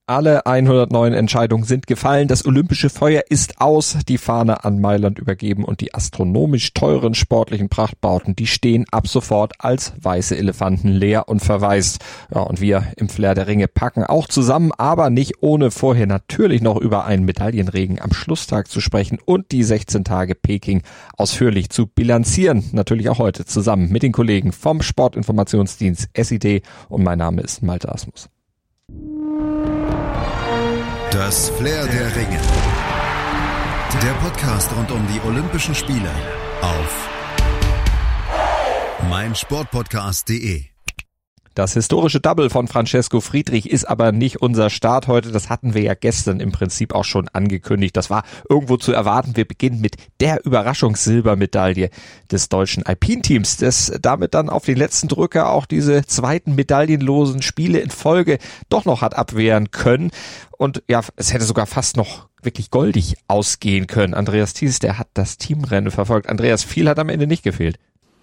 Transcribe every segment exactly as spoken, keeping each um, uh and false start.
Alle hundertneun Entscheidungen sind gefallen, das olympische Feuer ist aus, die Fahne an Mailand übergeben und die astronomisch teuren sportlichen Prachtbauten, die stehen ab sofort als weiße Elefanten leer und verwaist. Ja, und wir im Flair der Ringe packen auch zusammen, aber nicht ohne vorher natürlich noch über einen Medaillenregen am Schlusstag zu sprechen und die sechzehn Tage Peking ausführlich zu bilanzieren. Natürlich auch heute zusammen mit den Kollegen vom Sportinformationsdienst S I D und mein Name ist Malte Asmus. Das Flair der Ringe. Der Podcast rund um die Olympischen Spiele auf meinsportpodcast punkt de. Das historische Double von Francesco Friedrich ist aber nicht unser Start heute. Das hatten wir ja gestern im Prinzip auch schon angekündigt. Das war irgendwo zu erwarten. Wir beginnen mit der Überraschungssilbermedaille des deutschen Alpin-Teams, das damit dann auf den letzten Drücker auch diese zweiten medaillenlosen Spiele in Folge doch noch hat abwehren können. Und ja, es hätte sogar fast noch wirklich goldig ausgehen können. Andreas Thies, der hat das Teamrennen verfolgt. Andreas, viel hat am Ende nicht gefehlt.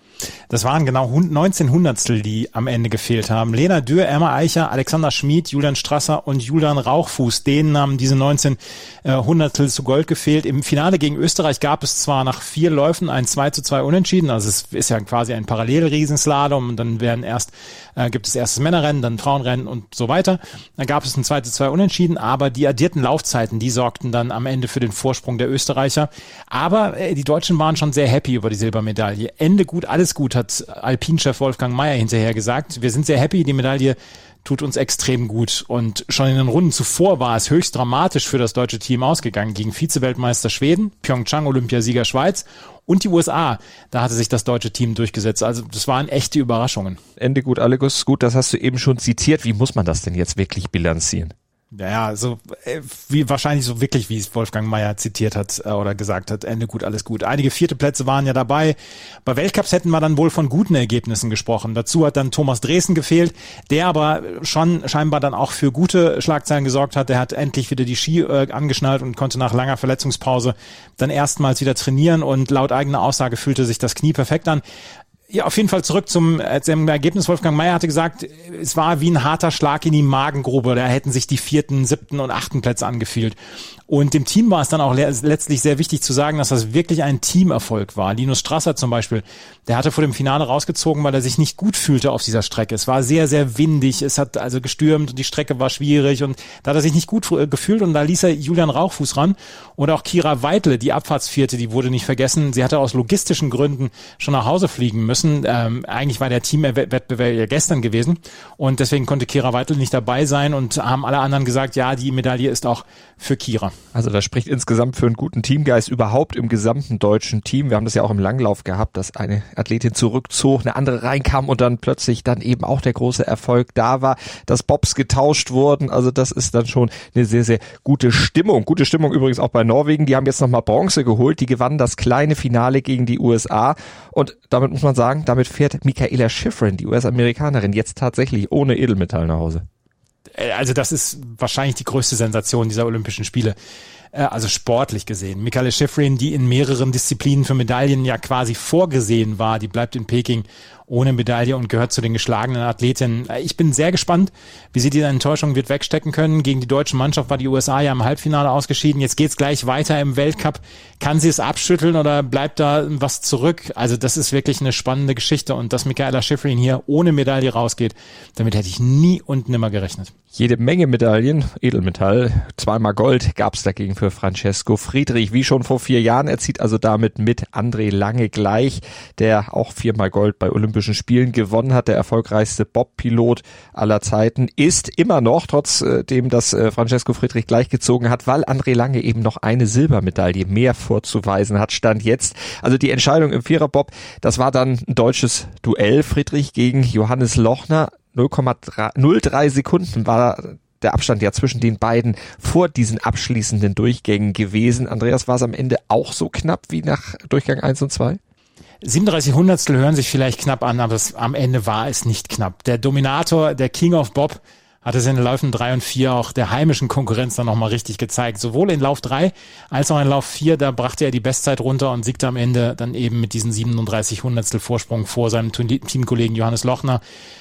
Das waren genau neunzehn Hundertstel, die am Ende gefehlt haben. Lena Dürr, Emma Eicher, Alexander Schmid, Julian Strasser und Julian Rauchfuß. Denen haben diese neunzehn Hundertstel zu Gold gefehlt. Im Finale gegen Österreich gab es zwar nach vier Läufen ein zwei zu zwei Unentschieden. Also es ist ja quasi ein Parallelriesenslalom und dann werden erst, äh, gibt es erst das Männerrennen, dann Frauenrennen und so weiter. Dann gab es ein zwei zu zwei Unentschieden, aber die addierten Laufzeiten, die sorgten dann am Ende für den Vorsprung der Österreicher. Aber äh, die Deutschen waren schon sehr happy über die Silbermedaille. Ende gut, alles gut, hat Alpinchef Wolfgang Mayer hinterher gesagt. Wir sind sehr happy, die Medaille tut uns extrem gut. Und schon in den Runden zuvor war es höchst dramatisch für das deutsche Team ausgegangen. Gegen Vize-Weltmeister Schweden, Pyeongchang Olympiasieger Schweiz und die U S A. Da hatte sich das deutsche Team durchgesetzt. Also das waren echte Überraschungen. Ende gut, alles gut, das hast du eben schon zitiert. Wie muss man das denn jetzt wirklich bilanzieren? Ja, so äh, wie wahrscheinlich so wirklich, wie es Wolfgang Mayer zitiert hat äh, oder gesagt hat, Ende gut, alles gut. Einige vierte Plätze waren ja dabei. Bei Weltcups hätten wir dann wohl von guten Ergebnissen gesprochen. Dazu hat dann Thomas Dresen gefehlt, der aber schon scheinbar dann auch für gute Schlagzeilen gesorgt hat. Der hat endlich wieder die Ski äh, angeschnallt und konnte nach langer Verletzungspause dann erstmals wieder trainieren und laut eigener Aussage fühlte sich das Knie perfekt an. Ja, auf jeden Fall zurück zum, äh, zum Ergebnis. Wolfgang Mayer hatte gesagt, es war wie ein harter Schlag in die Magengrube. Da hätten sich die vierten, siebten und achten Plätze angefühlt. Und dem Team war es dann auch le- letztlich sehr wichtig zu sagen, dass das wirklich ein Teamerfolg war. Linus Strasser zum Beispiel, der hatte vor dem Finale rausgezogen, weil er sich nicht gut fühlte auf dieser Strecke. Es war sehr, sehr windig, es hat also gestürmt und die Strecke war schwierig und da hat er sich nicht gut äh, gefühlt und da ließ er Julian Rauchfuß ran. Und auch Kira Weidle, die Abfahrtsvierte, die wurde nicht vergessen. Sie hatte aus logistischen Gründen schon nach Hause fliegen müssen. Ähm, eigentlich war der Teamwettbewerb ja gestern gewesen und deswegen konnte Kira Weidle nicht dabei sein und haben alle anderen gesagt, ja, die Medaille ist auch für Kira. Also das spricht insgesamt für einen guten Teamgeist überhaupt im gesamten deutschen Team. Wir haben das ja auch im Langlauf gehabt, dass eine Athletin zurückzog, eine andere reinkam und dann plötzlich dann eben auch der große Erfolg da war, dass Bobs getauscht wurden. Also das ist dann schon eine sehr, sehr gute Stimmung. Gute Stimmung übrigens auch bei Norwegen. Die haben jetzt nochmal Bronze geholt. Die gewannen das kleine Finale gegen die U S A. Und damit muss man sagen, damit fährt Mikaela Shiffrin, die U S-Amerikanerin, jetzt tatsächlich ohne Edelmetall nach Hause. Also das ist wahrscheinlich die größte Sensation dieser Olympischen Spiele, also sportlich gesehen. Mikaela Shiffrin, die in mehreren Disziplinen für Medaillen ja quasi vorgesehen war, die bleibt in Peking ohne Medaille und gehört zu den geschlagenen Athletinnen. Ich bin sehr gespannt, wie sie diese Enttäuschung wird wegstecken können. Gegen die deutsche Mannschaft war die U S A ja im Halbfinale ausgeschieden. Jetzt geht's gleich weiter im Weltcup. Kann sie es abschütteln oder bleibt da was zurück? Also das ist wirklich eine spannende Geschichte und dass Mikaela Shiffrin hier ohne Medaille rausgeht, damit hätte ich nie und nimmer gerechnet. Jede Menge Medaillen, Edelmetall, zweimal Gold gab's dagegen für Francesco Friedrich, wie schon vor vier Jahren. Er zieht also damit mit André Lange gleich, der auch viermal Gold bei Olympischen Spielen gewonnen hat. Der erfolgreichste Bob-Pilot aller Zeiten ist immer noch, trotzdem dass Francesco Friedrich gleichgezogen hat, weil André Lange eben noch eine Silbermedaille mehr vorzuweisen hat, stand jetzt. Also die Entscheidung im Viererbob, das war dann ein deutsches Duell, Friedrich gegen Johannes Lochner. null Komma null drei Sekunden war der Abstand ja zwischen den beiden vor diesen abschließenden Durchgängen gewesen. Andreas, war es am Ende auch so knapp wie nach Durchgang eins und zwei? siebenunddreißig Hundertstel hören sich vielleicht knapp an, aber es, am Ende war es nicht knapp. Der Dominator, der King of Bob, hat es in den Läufen drei und vier auch der heimischen Konkurrenz dann nochmal richtig gezeigt. Sowohl in Lauf drei als auch in Lauf vier, da brachte er die Bestzeit runter und siegte am Ende dann eben mit diesen siebenunddreißig Hundertstel Vorsprung vor seinem Teamkollegen Johannes Lochner.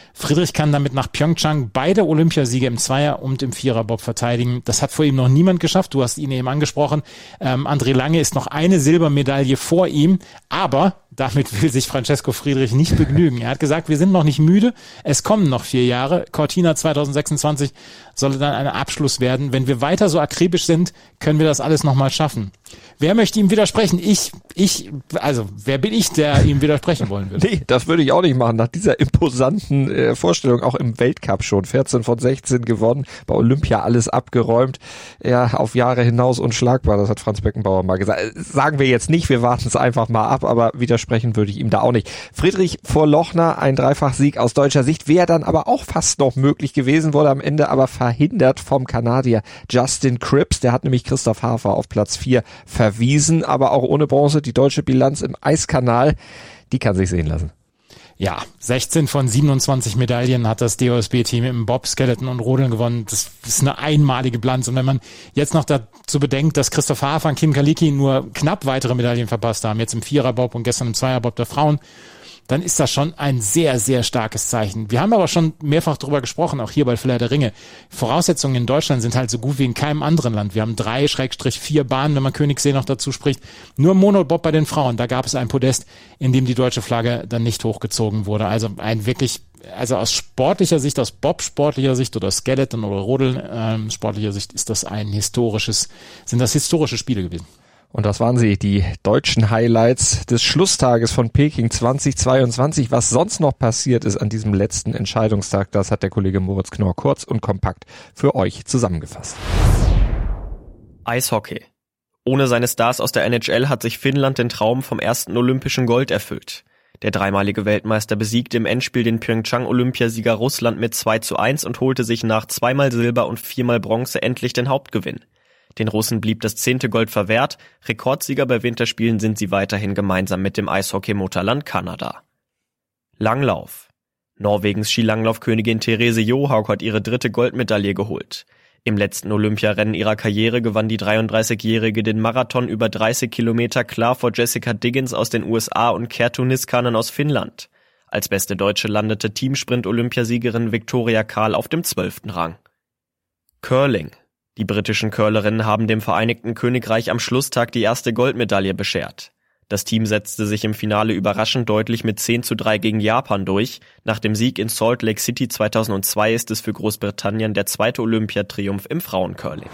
Friedrich kann damit nach Pyeongchang beide Olympiasiege im Zweier- und im Viererbob verteidigen. Das hat vor ihm noch niemand geschafft. Du hast ihn eben angesprochen. Ähm, André Lange ist noch eine Silbermedaille vor ihm, aber damit will sich Francesco Friedrich nicht begnügen. Er hat gesagt, wir sind noch nicht müde, es kommen noch vier Jahre. Cortina zwanzig sechsundzwanzig soll dann ein Abschluss werden. Wenn wir weiter so akribisch sind, können wir das alles nochmal schaffen. Wer möchte ihm widersprechen? Ich, ich, also wer bin ich, der ihm widersprechen wollen würde? Nee, das würde ich auch nicht machen. Nach dieser imposanten äh, Vorstellung, auch im Weltcup schon, vierzehn von sechzehn gewonnen, bei Olympia alles abgeräumt, ja, auf Jahre hinaus unschlagbar, das hat Franz Beckenbauer mal gesagt. Sagen wir jetzt nicht, wir warten es einfach mal ab, aber widersprechen würde ich ihm da auch nicht. Friedrich vor Lochner, ein Dreifachsieg aus deutscher Sicht, wäre dann aber auch fast noch möglich gewesen, wurde am Ende aber verhindert vom Kanadier Justin Cripps, der hat nämlich Christoph Hafer auf Platz vier verwiesen, aber auch ohne Bronze die deutsche Bilanz im Eiskanal, die kann sich sehen lassen. Ja, sechzehn von siebenundzwanzig Medaillen hat das D O S B-Team im Bob, Skeleton und Rodeln gewonnen. Das ist eine einmalige Bilanz. Und wenn man jetzt noch dazu bedenkt, dass Christoph Hafer und Kim Kalicki nur knapp weitere Medaillen verpasst haben, jetzt im Viererbob und gestern im Zweierbob der Frauen, dann ist das schon ein sehr, sehr starkes Zeichen. Wir haben aber schon mehrfach darüber gesprochen, auch hier bei Flair der Ringe. Voraussetzungen in Deutschland sind halt so gut wie in keinem anderen Land. Wir haben drei, Schrägstrich vier Bahnen, wenn man Königssee noch dazu spricht. Nur Monobob bei den Frauen, da gab es ein Podest, in dem die deutsche Flagge dann nicht hochgezogen wurde. Also ein wirklich, also aus sportlicher Sicht, aus Bob-sportlicher Sicht oder Skeleton oder Rodeln ähm, sportlicher Sicht ist das ein historisches, sind das historische Spiele gewesen. Und das waren sie, die deutschen Highlights des Schlusstages von Peking zwanzig zweiundzwanzig. Was sonst noch passiert ist an diesem letzten Entscheidungstag, das hat der Kollege Moritz Knorr kurz und kompakt für euch zusammengefasst. Eishockey. Ohne seine Stars aus der N H L hat sich Finnland den Traum vom ersten olympischen Gold erfüllt. Der dreimalige Weltmeister besiegte im Endspiel den Pyeongchang-Olympiasieger Russland mit zwei zu eins und holte sich nach zweimal Silber und viermal Bronze endlich den Hauptgewinn. Den Russen blieb das zehnte Gold verwehrt, Rekordsieger bei Winterspielen sind sie weiterhin gemeinsam mit dem Eishockey-Mutterland Kanada. Langlauf. Norwegens Skilanglaufkönigin Therese Johaug hat ihre dritte Goldmedaille geholt. Im letzten Olympiarennen ihrer Karriere gewann die dreiunddreißigjährige den Marathon über dreißig Kilometer klar vor Jessica Diggins aus den U S A und Kerttu Niskanen aus Finnland. Als beste Deutsche landete Teamsprint-Olympiasiegerin Viktoria Karl auf dem zwölften Rang. Curling. Die britischen Curlerinnen haben dem Vereinigten Königreich am Schlusstag die erste Goldmedaille beschert. Das Team setzte sich im Finale überraschend deutlich mit zehn zu drei gegen Japan durch. Nach dem Sieg in Salt Lake City zweitausendzwei ist es für Großbritannien der zweite Olympiatriumph im Frauencurling.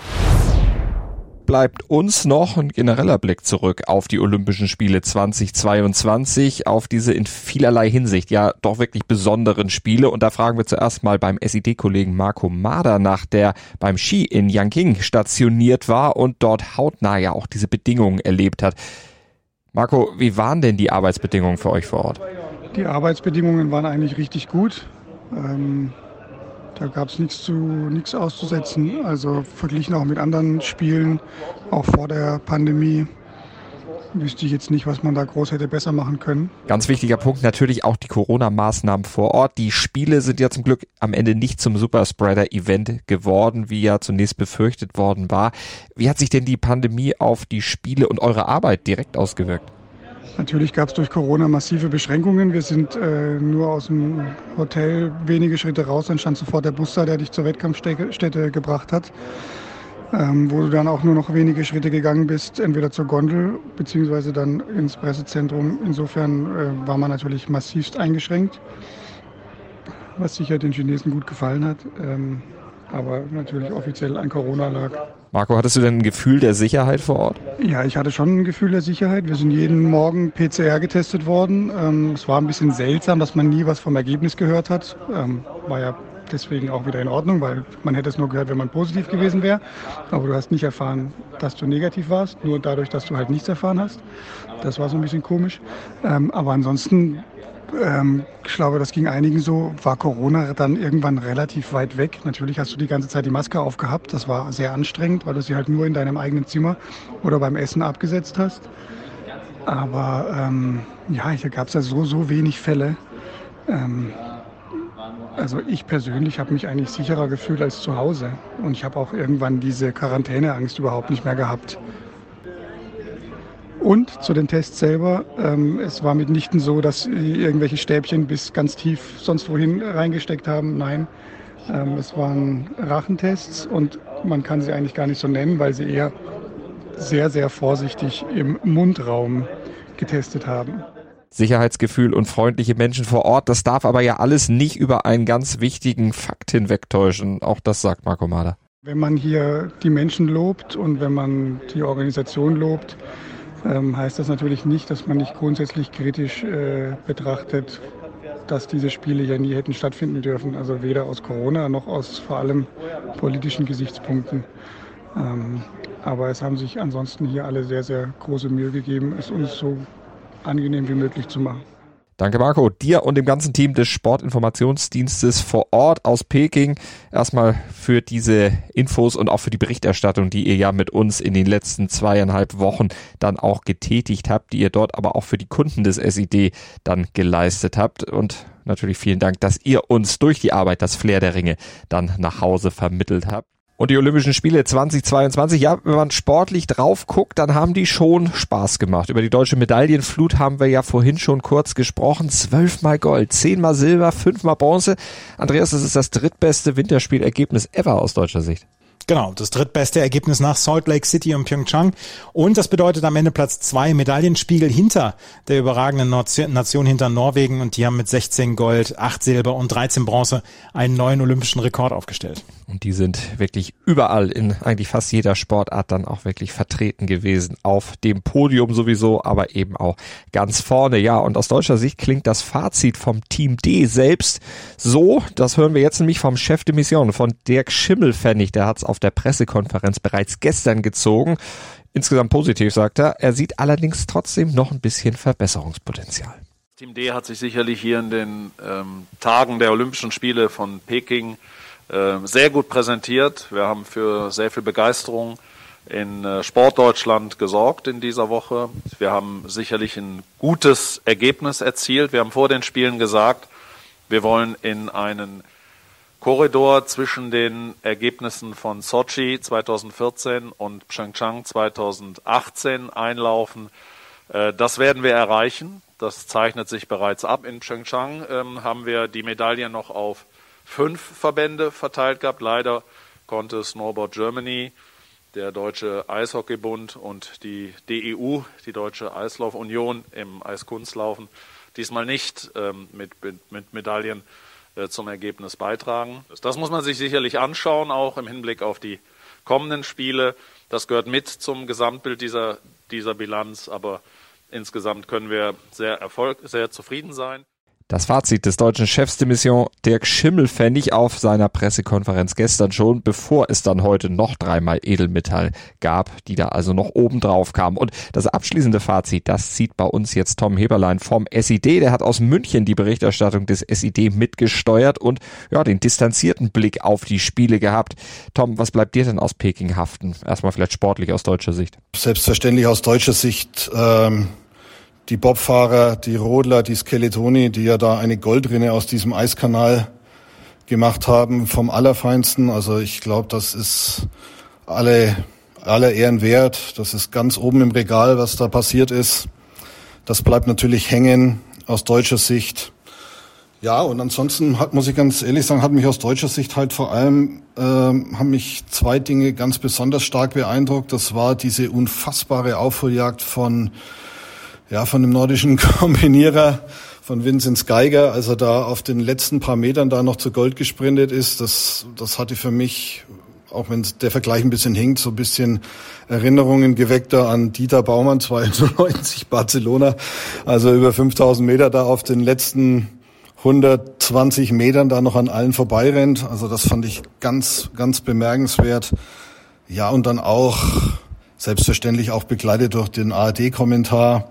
Bleibt uns noch ein genereller Blick zurück auf die Olympischen Spiele zwanzig zweiundzwanzig, auf diese in vielerlei Hinsicht ja doch wirklich besonderen Spiele. Und da fragen wir zuerst mal beim S I D-Kollegen Marco Mader nach, der beim Ski in Yanqing stationiert war und dort hautnah ja auch diese Bedingungen erlebt hat. Marco, wie waren denn die Arbeitsbedingungen für euch vor Ort? Die Arbeitsbedingungen waren eigentlich richtig gut. Ähm Da gab es nichts zu nichts auszusetzen. Also verglichen auch mit anderen Spielen, auch vor der Pandemie, wüsste ich jetzt nicht, was man da groß hätte besser machen können. Ganz wichtiger Punkt natürlich auch die Corona-Maßnahmen vor Ort. Die Spiele sind ja zum Glück am Ende nicht zum Superspreader-Event geworden, wie ja zunächst befürchtet worden war. Wie hat sich denn die Pandemie auf die Spiele und eure Arbeit direkt ausgewirkt? Natürlich gab es durch Corona massive Beschränkungen. Wir sind äh, nur aus dem Hotel wenige Schritte raus, dann stand sofort der Bus da, der dich zur Wettkampfstätte gebracht hat. Ähm, wo du dann auch nur noch wenige Schritte gegangen bist, entweder zur Gondel beziehungsweise dann ins Pressezentrum. Insofern äh, war man natürlich massivst eingeschränkt, was sicher den Chinesen gut gefallen hat, ähm, aber natürlich offiziell an Corona lag. Marco, hattest du denn ein Gefühl der Sicherheit vor Ort? Ja, ich hatte schon ein Gefühl der Sicherheit. Wir sind jeden Morgen P C R getestet worden. Ähm, es war ein bisschen seltsam, dass man nie was vom Ergebnis gehört hat. Ähm, war ja deswegen auch wieder in Ordnung, weil man hätte es nur gehört, wenn man positiv gewesen wäre. Aber du hast nicht erfahren, dass du negativ warst, nur dadurch, dass du halt nichts erfahren hast. Das war so ein bisschen komisch. Ähm, aber ansonsten, ähm, ich glaube, das ging einigen so, war Corona dann irgendwann relativ weit weg. Natürlich hast du die ganze Zeit die Maske aufgehabt. Das war sehr anstrengend, weil du sie halt nur in deinem eigenen Zimmer oder beim Essen abgesetzt hast. Aber ähm, ja, hier gab es ja so, so wenig Fälle. Ähm, Also ich persönlich habe mich eigentlich sicherer gefühlt als zu Hause. Und ich habe auch irgendwann diese Quarantäneangst überhaupt nicht mehr gehabt. Und zu den Tests selber, ähm, es war mitnichten so, dass sie irgendwelche Stäbchen bis ganz tief sonst wohin reingesteckt haben. Nein, ähm, es waren Rachentests und man kann sie eigentlich gar nicht so nennen, weil sie eher sehr, sehr vorsichtig im Mundraum getestet haben. Sicherheitsgefühl und freundliche Menschen vor Ort, das darf aber ja alles nicht über einen ganz wichtigen Fakt hinwegtäuschen. Auch das sagt Marco Mader. Wenn man hier die Menschen lobt und wenn man die Organisation lobt, ähm, heißt das natürlich nicht, dass man nicht grundsätzlich kritisch äh, betrachtet, dass diese Spiele ja nie hätten stattfinden dürfen. Also weder aus Corona noch aus vor allem politischen Gesichtspunkten. Ähm, aber es haben sich ansonsten hier alle sehr, sehr große Mühe gegeben, es uns so angenehm wie möglich zu machen. Danke Marco, dir und dem ganzen Team des Sportinformationsdienstes vor Ort aus Peking erstmal für diese Infos und auch für die Berichterstattung, die ihr ja mit uns in den letzten zweieinhalb Wochen dann auch getätigt habt, die ihr dort aber auch für die Kunden des S I D dann geleistet habt. Und natürlich vielen Dank, dass ihr uns durch die Arbeit das Flair der Ringe dann nach Hause vermittelt habt. Und die Olympischen Spiele zweitausendzweiundzwanzig, ja, wenn man sportlich drauf guckt, dann haben die schon Spaß gemacht. Über die deutsche Medaillenflut haben wir ja vorhin schon kurz gesprochen. Zwölfmal Gold, zehnmal Silber, fünfmal Bronze. Andreas, das ist das drittbeste Winterspielergebnis ever aus deutscher Sicht. Genau, das drittbeste Ergebnis nach Salt Lake City und Pyeongchang. Und das bedeutet am Ende Platz zwei, Medaillenspiegel hinter der überragenden Nation, hinter Norwegen. Und die haben mit sechzehn Gold, acht Silber und dreizehn Bronze einen neuen olympischen Rekord aufgestellt. Und die sind wirklich überall in eigentlich fast jeder Sportart dann auch wirklich vertreten gewesen. Auf dem Podium sowieso, aber eben auch ganz vorne. Ja, und aus deutscher Sicht klingt das Fazit vom Team D selbst so. Das hören wir jetzt nämlich vom Chef de Mission, von Dirk Schimmelpfennig. Der hat es auf der Pressekonferenz bereits gestern gezogen. Insgesamt positiv, sagt er. Er sieht allerdings trotzdem noch ein bisschen Verbesserungspotenzial. Team D hat sich sicherlich hier in den ähm, Tagen der Olympischen Spiele von Peking äh, sehr gut präsentiert. Wir haben für sehr viel Begeisterung in äh, Sportdeutschland gesorgt in dieser Woche. Wir haben sicherlich ein gutes Ergebnis erzielt. Wir haben vor den Spielen gesagt, wir wollen in einen Korridor zwischen den Ergebnissen von Sochi zweitausendvierzehn und Pyeongchang zweitausendachtzehn einlaufen. Äh, das werden wir erreichen. Das zeichnet sich bereits ab. In Pyeongchang ähm, haben wir die Medaillen noch auf fünf Verbände verteilt gehabt. Leider konnte Snowboard Germany, der Deutsche Eishockeybund und die D E U, die Deutsche Eislaufunion im Eiskunstlaufen, diesmal nicht ähm, mit, mit, mit Medaillen äh, zum Ergebnis beitragen. Das muss man sich sicherlich anschauen, auch im Hinblick auf die kommenden Spiele. Das gehört mit zum Gesamtbild dieser, dieser Bilanz, aber insgesamt können wir sehr erfolg, sehr zufrieden sein. Das Fazit des deutschen Chefs de Mission Dirk Schimmelpfennig auf seiner Pressekonferenz gestern schon, bevor es dann heute noch dreimal Edelmetall gab, die da also noch oben drauf kamen. Und das abschließende Fazit, das zieht bei uns jetzt Tom Heberlein vom S I D. Der hat aus München die Berichterstattung des S I D mitgesteuert und ja, den distanzierten Blick auf die Spiele gehabt. Tom, was bleibt dir denn aus Peking haften? Erstmal vielleicht sportlich aus deutscher Sicht. Selbstverständlich aus deutscher Sicht ähm die Bobfahrer, die Rodler, die Skeletoni, die ja da eine Goldrinne aus diesem Eiskanal gemacht haben, vom Allerfeinsten. Also ich glaube, das ist alle, aller Ehren wert. Das ist ganz oben im Regal, was da passiert ist. Das bleibt natürlich hängen aus deutscher Sicht. Ja, und ansonsten hat, muss ich ganz ehrlich sagen, hat mich aus deutscher Sicht halt vor allem, äh, haben mich zwei Dinge ganz besonders stark beeindruckt. Das war diese unfassbare Aufholjagd von Ja, von dem nordischen Kombinierer, von Vinzenz Geiger, als er da auf den letzten paar Metern da noch zu Gold gesprintet ist, das, das hatte für mich, auch wenn der Vergleich ein bisschen hinkt, so ein bisschen Erinnerungen geweckt da an Dieter Baumann zweiundneunzig Barcelona, also über fünftausend Meter da auf den letzten hundertzwanzig Metern da noch an allen vorbeirennt. Also das fand ich ganz, ganz bemerkenswert. Ja, und dann auch, selbstverständlich auch begleitet durch den A R D-Kommentar,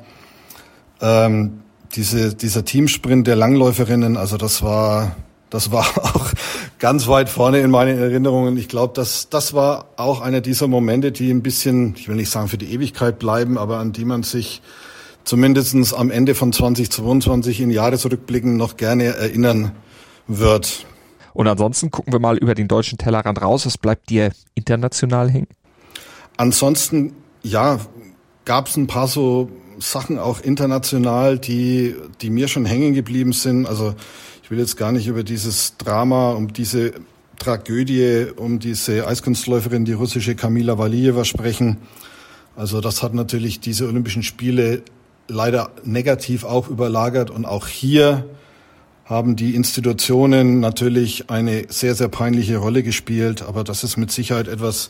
Ähm, diese, dieser Teamsprint der Langläuferinnen, also das war, das war auch ganz weit vorne in meinen Erinnerungen. Ich glaube, das, das war auch einer dieser Momente, die ein bisschen, ich will nicht sagen für die Ewigkeit bleiben, aber an die man sich zumindestens am Ende von zweitausendzweiundzwanzig in Jahre zurückblicken noch gerne erinnern wird. Und ansonsten gucken wir mal über den deutschen Tellerrand raus. Was bleibt dir international hängen? Ansonsten, ja, gab es ein paar so Sachen auch international, die, die mir schon hängen geblieben sind. Also ich will jetzt gar nicht über dieses Drama, um diese Tragödie, um diese Eiskunstläuferin, die russische Kamila Valieva sprechen. Also das hat natürlich diese Olympischen Spiele leider negativ auch überlagert. Und auch hier haben die Institutionen natürlich eine sehr, sehr peinliche Rolle gespielt. Aber das ist mit Sicherheit etwas,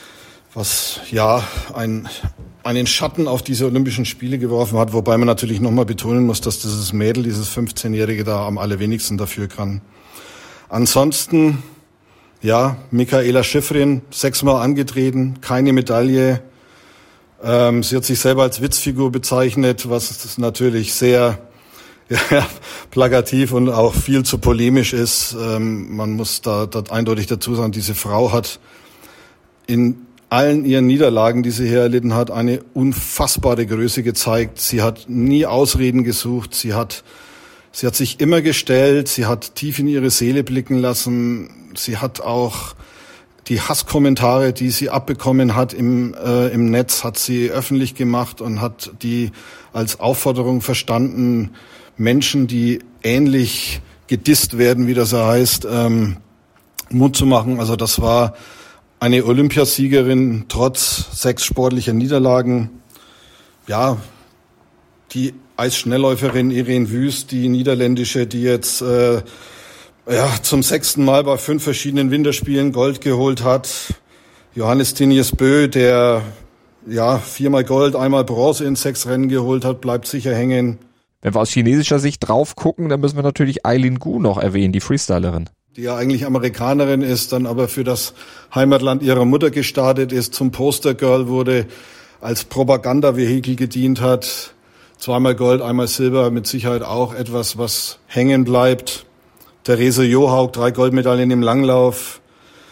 was ja ein, einen Schatten auf diese Olympischen Spiele geworfen hat. Wobei man natürlich nochmal betonen muss, dass dieses Mädel, dieses fünfzehnjährige da am allerwenigsten dafür kann. Ansonsten, ja, Mikaela Shiffrin, sechsmal angetreten, keine Medaille. Ähm, sie hat sich selber als Witzfigur bezeichnet, was natürlich sehr ja, plakativ und auch viel zu polemisch ist. Ähm, man muss da, da eindeutig dazu sagen, diese Frau hat in allen ihren Niederlagen, die sie hier erlitten hat, eine unfassbare Größe gezeigt. Sie hat nie Ausreden gesucht. Sie hat, sie hat sich immer gestellt. Sie hat tief in ihre Seele blicken lassen. Sie hat auch die Hasskommentare, die sie abbekommen hat im, äh, im Netz, hat sie öffentlich gemacht und hat die als Aufforderung verstanden, Menschen, die ähnlich gedisst werden, wie das ja heißt, ähm, Mut zu machen. Also das war eine Olympiasiegerin trotz sechs sportlicher Niederlagen. Ja, die Eisschnellläuferin Irene Wüst, die niederländische, die jetzt äh, ja zum sechsten Mal bei fünf verschiedenen Winterspielen Gold geholt hat. Johannes Tinius Bö, der ja viermal Gold, einmal Bronze in sechs Rennen geholt hat, bleibt sicher hängen. Wenn wir aus chinesischer Sicht drauf gucken, dann müssen wir natürlich Eileen Gu noch erwähnen, die Freestylerin. Die ja eigentlich Amerikanerin ist, dann aber für das Heimatland ihrer Mutter gestartet ist, zum Postergirl wurde, als Propagandavehikel gedient hat. Zweimal Gold, einmal Silber, mit Sicherheit auch etwas, was hängen bleibt. Therese Johaug, drei Goldmedaillen im Langlauf.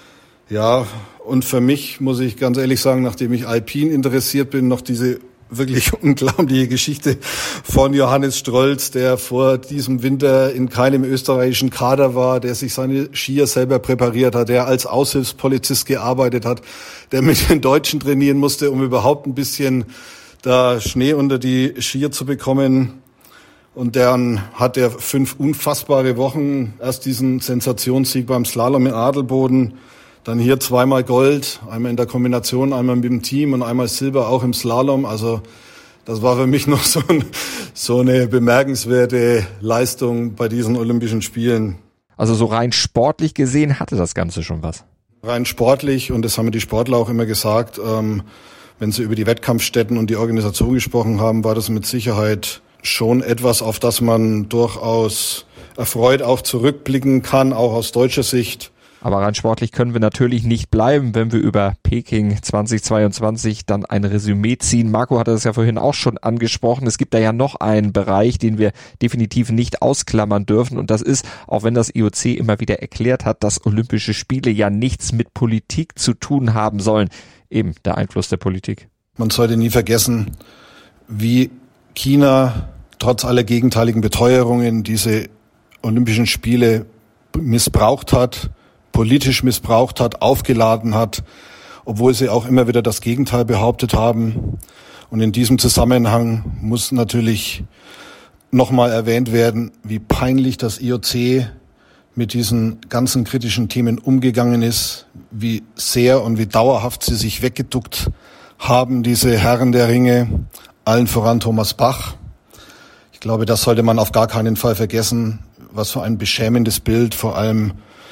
Ja, und für mich, muss ich ganz ehrlich sagen, nachdem ich Alpin interessiert bin, noch diese wirklich unglaubliche Geschichte von Johannes Strolz, der vor diesem Winter in keinem österreichischen Kader war, der sich seine Skier selber präpariert hat, der als Aushilfspolizist gearbeitet hat, der mit den Deutschen trainieren musste, um überhaupt ein bisschen da Schnee unter die Skier zu bekommen. Und dann hat er fünf unfassbare Wochen, erst diesen Sensationssieg beim Slalom in Adelboden, dann hier zweimal Gold, einmal in der Kombination, einmal mit dem Team und einmal Silber auch im Slalom. Also das war für mich noch so, ein, so eine bemerkenswerte Leistung bei diesen Olympischen Spielen. Also so rein sportlich gesehen hatte das Ganze schon was. Rein sportlich, und das haben mir die Sportler auch immer gesagt, ähm, wenn sie über die Wettkampfstätten und die Organisation gesprochen haben, war das mit Sicherheit schon etwas, auf das man durchaus erfreut auch zurückblicken kann, auch aus deutscher Sicht. Aber rein sportlich können wir natürlich nicht bleiben, wenn wir über Peking zweitausendzweiundzwanzig dann ein Resümee ziehen. Marco hatte das ja vorhin auch schon angesprochen. Es gibt da ja noch einen Bereich, den wir definitiv nicht ausklammern dürfen. Und das ist, auch wenn das I O C immer wieder erklärt hat, dass Olympische Spiele ja nichts mit Politik zu tun haben sollen. Eben der Einfluss der Politik. Man sollte nie vergessen, wie China trotz aller gegenteiligen Beteuerungen diese Olympischen Spiele missbraucht hat, politisch missbraucht hat, aufgeladen hat, obwohl sie auch immer wieder das Gegenteil behauptet haben. Und in diesem Zusammenhang muss natürlich nochmal erwähnt werden, wie peinlich das I O C mit diesen ganzen kritischen Themen umgegangen ist, wie sehr und wie dauerhaft sie sich weggeduckt haben, diese Herren der Ringe, allen voran Thomas Bach. Ich glaube, das sollte man auf gar keinen Fall vergessen, was für ein beschämendes Bild vor allem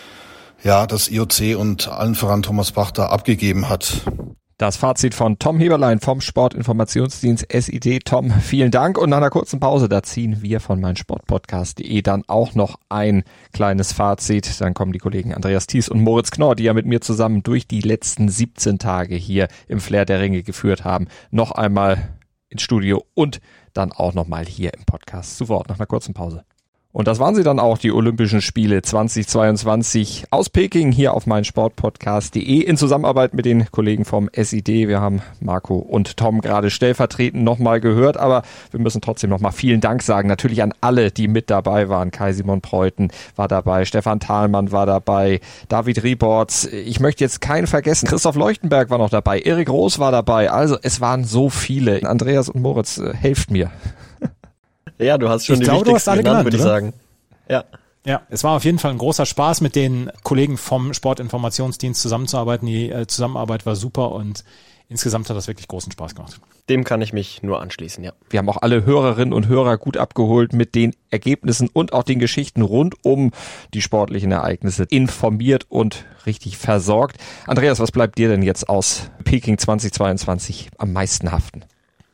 ja das I O C und allen voran Thomas Bach da abgegeben hat. Das Fazit von Tom Heberlein vom Sportinformationsdienst S I D. Tom, vielen Dank. Und nach einer kurzen Pause, da ziehen wir von meinsportpodcast punkt de dann auch noch ein kleines Fazit. Dann kommen die Kollegen Andreas Thies und Moritz Knorr, die ja mit mir zusammen durch die letzten siebzehn Tage hier im Flair der Ringe geführt haben, noch einmal ins Studio und dann auch noch mal hier im Podcast zu Wort nach einer kurzen Pause. Und das waren sie dann auch, die Olympischen Spiele zweitausendzweiundzwanzig aus Peking hier auf meinsportpodcast punkt de in Zusammenarbeit mit den Kollegen vom S I D. Wir haben Marco und Tom gerade stellvertretend nochmal gehört, aber wir müssen trotzdem nochmal vielen Dank sagen. Natürlich an alle, die mit dabei waren. Kai-Simon Preuten war dabei, Stefan Thalmann war dabei, David Riebortz. Ich möchte jetzt keinen vergessen. Christoph Leuchtenberg war noch dabei, Erik Roos war dabei. Also es waren so viele. Andreas und Moritz, helft mir. Ja, du hast schon ich die glaube, wichtigsten genannt, genannt, würde ich oder? sagen. Ja. Ja, es war auf jeden Fall ein großer Spaß, mit den Kollegen vom Sportinformationsdienst zusammenzuarbeiten. Die äh, Zusammenarbeit war super und insgesamt hat das wirklich großen Spaß gemacht. Dem kann ich mich nur anschließen, ja. Wir haben auch alle Hörerinnen und Hörer gut abgeholt mit den Ergebnissen und auch den Geschichten rund um die sportlichen Ereignisse informiert und richtig versorgt. Andreas, was bleibt dir denn jetzt aus Peking zweitausendzweiundzwanzig am meisten haften?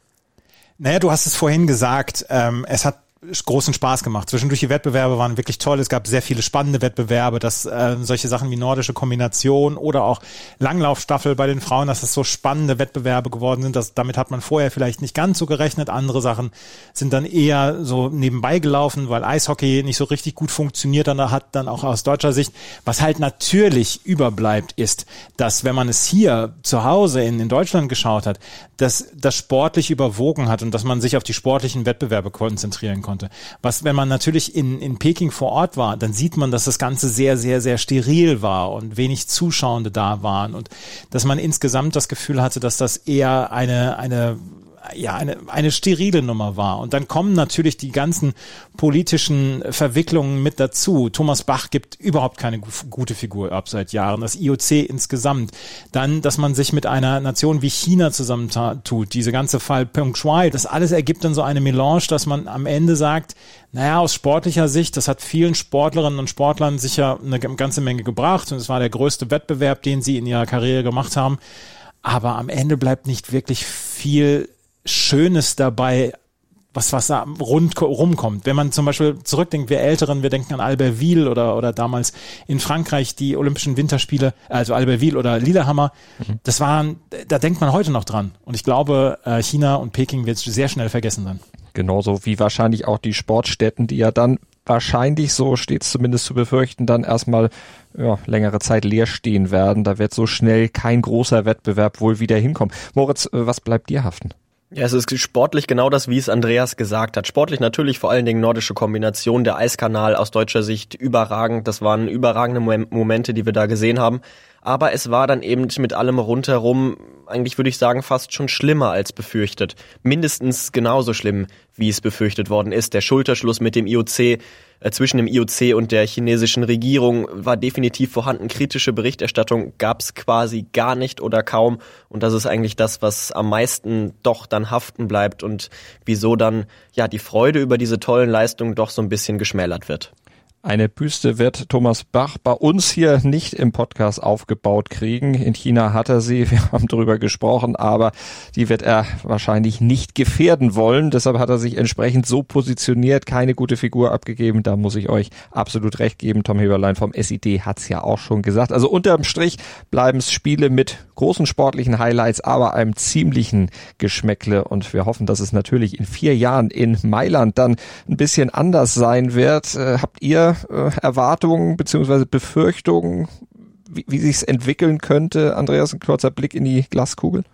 Naja, du hast es vorhin gesagt, ähm, es hat großen Spaß gemacht. Zwischendurch die Wettbewerbe waren wirklich toll. Es gab sehr viele spannende Wettbewerbe, dass äh, solche Sachen wie nordische Kombination oder auch Langlaufstaffel bei den Frauen, dass das so spannende Wettbewerbe geworden sind. Das, damit hat man vorher vielleicht nicht ganz so gerechnet. Andere Sachen sind dann eher so nebenbei gelaufen, weil Eishockey nicht so richtig gut funktioniert dann hat, dann auch aus deutscher Sicht. Was halt natürlich überbleibt, ist, dass wenn man es hier zu Hause in, in Deutschland geschaut hat, dass das sportlich überwogen hat und dass man sich auf die sportlichen Wettbewerbe konzentrieren konnte. Was, wenn man natürlich in, in Peking vor Ort war, dann sieht man, dass das Ganze sehr, sehr, sehr steril war und wenig Zuschauende da waren und dass man insgesamt das Gefühl hatte, dass das eher eine, eine, ja, eine, eine sterile Nummer war. Und dann kommen natürlich die ganzen politischen Verwicklungen mit dazu. Thomas Bach gibt überhaupt keine gute Figur ab seit Jahren. Das I O C insgesamt. Dann, dass man sich mit einer Nation wie China zusammentut. Diese ganze Fall Peng Shuai. Das alles ergibt dann so eine Melange, dass man am Ende sagt, naja, aus sportlicher Sicht, das hat vielen Sportlerinnen und Sportlern sicher eine ganze Menge gebracht. Und es war der größte Wettbewerb, den sie in ihrer Karriere gemacht haben. Aber am Ende bleibt nicht wirklich viel Schönes dabei, was, was da rund rumkommt. Wenn man zum Beispiel zurückdenkt, wir Älteren, wir denken an Albertville oder, oder damals in Frankreich die Olympischen Winterspiele, also Albertville oder Lillehammer, mhm. das waren, da denkt man heute noch dran. Und ich glaube, China und Peking wird sehr schnell vergessen sein. Genauso wie wahrscheinlich auch die Sportstätten, die ja dann wahrscheinlich, so steht es zumindest zu befürchten, dann erstmal ja, längere Zeit leer stehen werden. Da wird so schnell kein großer Wettbewerb wohl wieder hinkommen. Moritz, was bleibt dir haften? Ja, es ist sportlich genau das, wie es Andreas gesagt hat. Sportlich natürlich vor allen Dingen nordische Kombination, der Eiskanal aus deutscher Sicht überragend. Das waren überragende Momente, die wir da gesehen haben. Aber es war dann eben mit allem rundherum, eigentlich würde ich sagen, fast schon schlimmer als befürchtet. Mindestens genauso schlimm, wie es befürchtet worden ist. Der Schulterschluss mit dem I O C, äh, zwischen dem I O C und der chinesischen Regierung war definitiv vorhanden. Kritische Berichterstattung gab es quasi gar nicht oder kaum. Und das ist eigentlich das, was am meisten doch dann haften bleibt und wieso dann ja die Freude über diese tollen Leistungen doch so ein bisschen geschmälert wird. Eine Büste wird Thomas Bach bei uns hier nicht im Podcast aufgebaut kriegen. In China hat er sie, wir haben drüber gesprochen, aber die wird er wahrscheinlich nicht gefährden wollen. Deshalb hat er sich entsprechend so positioniert, keine gute Figur abgegeben. Da muss ich euch absolut recht geben. Tom Heberlein vom S I D hat es ja auch schon gesagt. Also unterm Strich bleiben es Spiele mit großen sportlichen Highlights, aber einem ziemlichen Geschmäckle. Und wir hoffen, dass es natürlich in vier Jahren in Mailand dann ein bisschen anders sein wird. Äh, habt ihr Erwartungen bzw. Befürchtungen, wie, wie sich es entwickeln könnte? Andreas, ein kurzer Blick in die Glaskugel.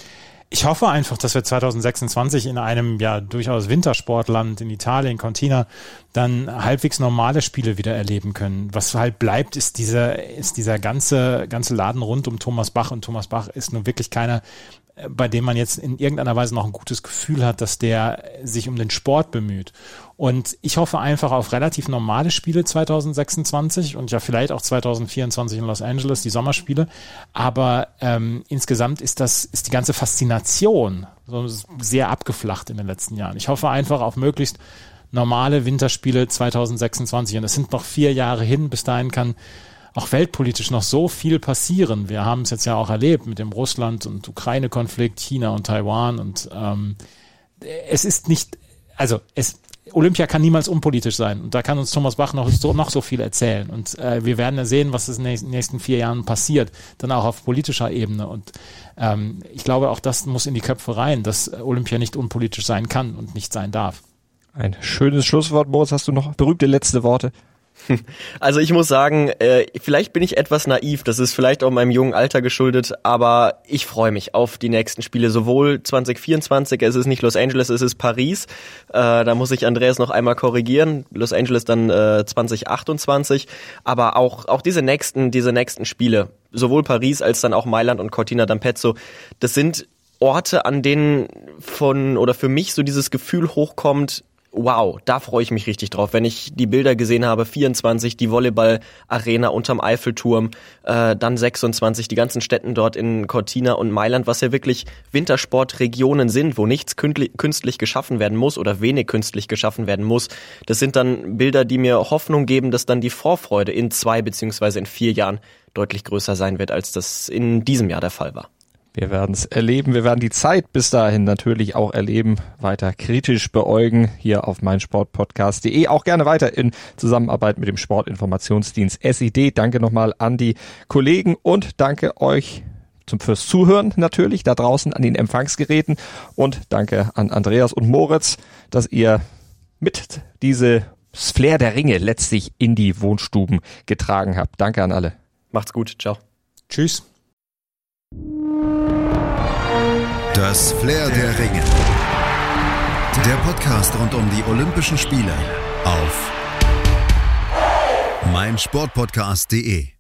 Ich hoffe einfach, dass wir zwanzig sechsundzwanzig in einem ja durchaus Wintersportland in Italien, Cortina, dann halbwegs normale Spiele wieder erleben können. Was halt bleibt, ist dieser, ist dieser ganze, ganze Laden rund um Thomas Bach. Und Thomas Bach ist nun wirklich keiner, bei dem man jetzt in irgendeiner Weise noch ein gutes Gefühl hat, dass der sich um den Sport bemüht. Und ich hoffe einfach auf relativ normale Spiele zwanzig sechsundzwanzig und ja vielleicht auch zwanzig vierundzwanzig in Los Angeles, die Sommerspiele. Aber ähm, insgesamt ist das, ist die ganze Faszination so sehr abgeflacht in den letzten Jahren. Ich hoffe einfach auf möglichst normale Winterspiele zwanzig sechsundzwanzig. Und es sind noch vier Jahre hin. Bis dahin kann auch weltpolitisch noch so viel passieren. Wir haben es jetzt ja auch erlebt mit dem Russland- und Ukraine-Konflikt, China und Taiwan. Und ähm, es ist nicht, also es Olympia kann niemals unpolitisch sein. Und da kann uns Thomas Bach noch so, noch so viel erzählen. Und äh, wir werden ja sehen, was in den nächsten vier Jahren passiert. Dann auch auf politischer Ebene. Und ähm, ich glaube, auch das muss in die Köpfe rein, dass Olympia nicht unpolitisch sein kann und nicht sein darf. Ein schönes Schlusswort. Moritz, hast du noch berühmte letzte Worte? Also ich muss sagen, äh, vielleicht bin ich etwas naiv, das ist vielleicht auch meinem jungen Alter geschuldet, aber ich freue mich auf die nächsten Spiele, sowohl zwanzig vierundzwanzig, es ist nicht Los Angeles, es ist Paris, äh, da muss ich Andreas noch einmal korrigieren, Los Angeles dann äh, zwanzig achtundzwanzig, aber auch auch diese nächsten, diese nächsten Spiele, sowohl Paris als dann auch Mailand und Cortina d'Ampezzo, das sind Orte, an denen von oder für mich so dieses Gefühl hochkommt, wow, da freue ich mich richtig drauf, wenn ich die Bilder gesehen habe, vierundzwanzig, die Volleyball-Arena unterm Eiffelturm, äh, dann sechsundzwanzig, die ganzen Städten dort in Cortina und Mailand, was ja wirklich Wintersportregionen sind, wo nichts künstlich geschaffen werden muss oder wenig künstlich geschaffen werden muss. Das sind dann Bilder, die mir Hoffnung geben, dass dann die Vorfreude in zwei beziehungsweise in vier Jahren deutlich größer sein wird, als das in diesem Jahr der Fall war. Wir werden es erleben. Wir werden die Zeit bis dahin natürlich auch erleben, weiter kritisch beäugen hier auf meinsportpodcast punkt de. Auch gerne weiter in Zusammenarbeit mit dem Sportinformationsdienst S I D. Danke nochmal an die Kollegen und danke euch zum fürs Zuhören natürlich da draußen an den Empfangsgeräten und danke an Andreas und Moritz, dass ihr mit diese Flair der Ringe letztlich in die Wohnstuben getragen habt. Danke an alle. Macht's gut. Ciao. Tschüss. Das Flair der Ringe. Der Podcast rund um die Olympischen Spiele auf meinsportpodcast punkt de.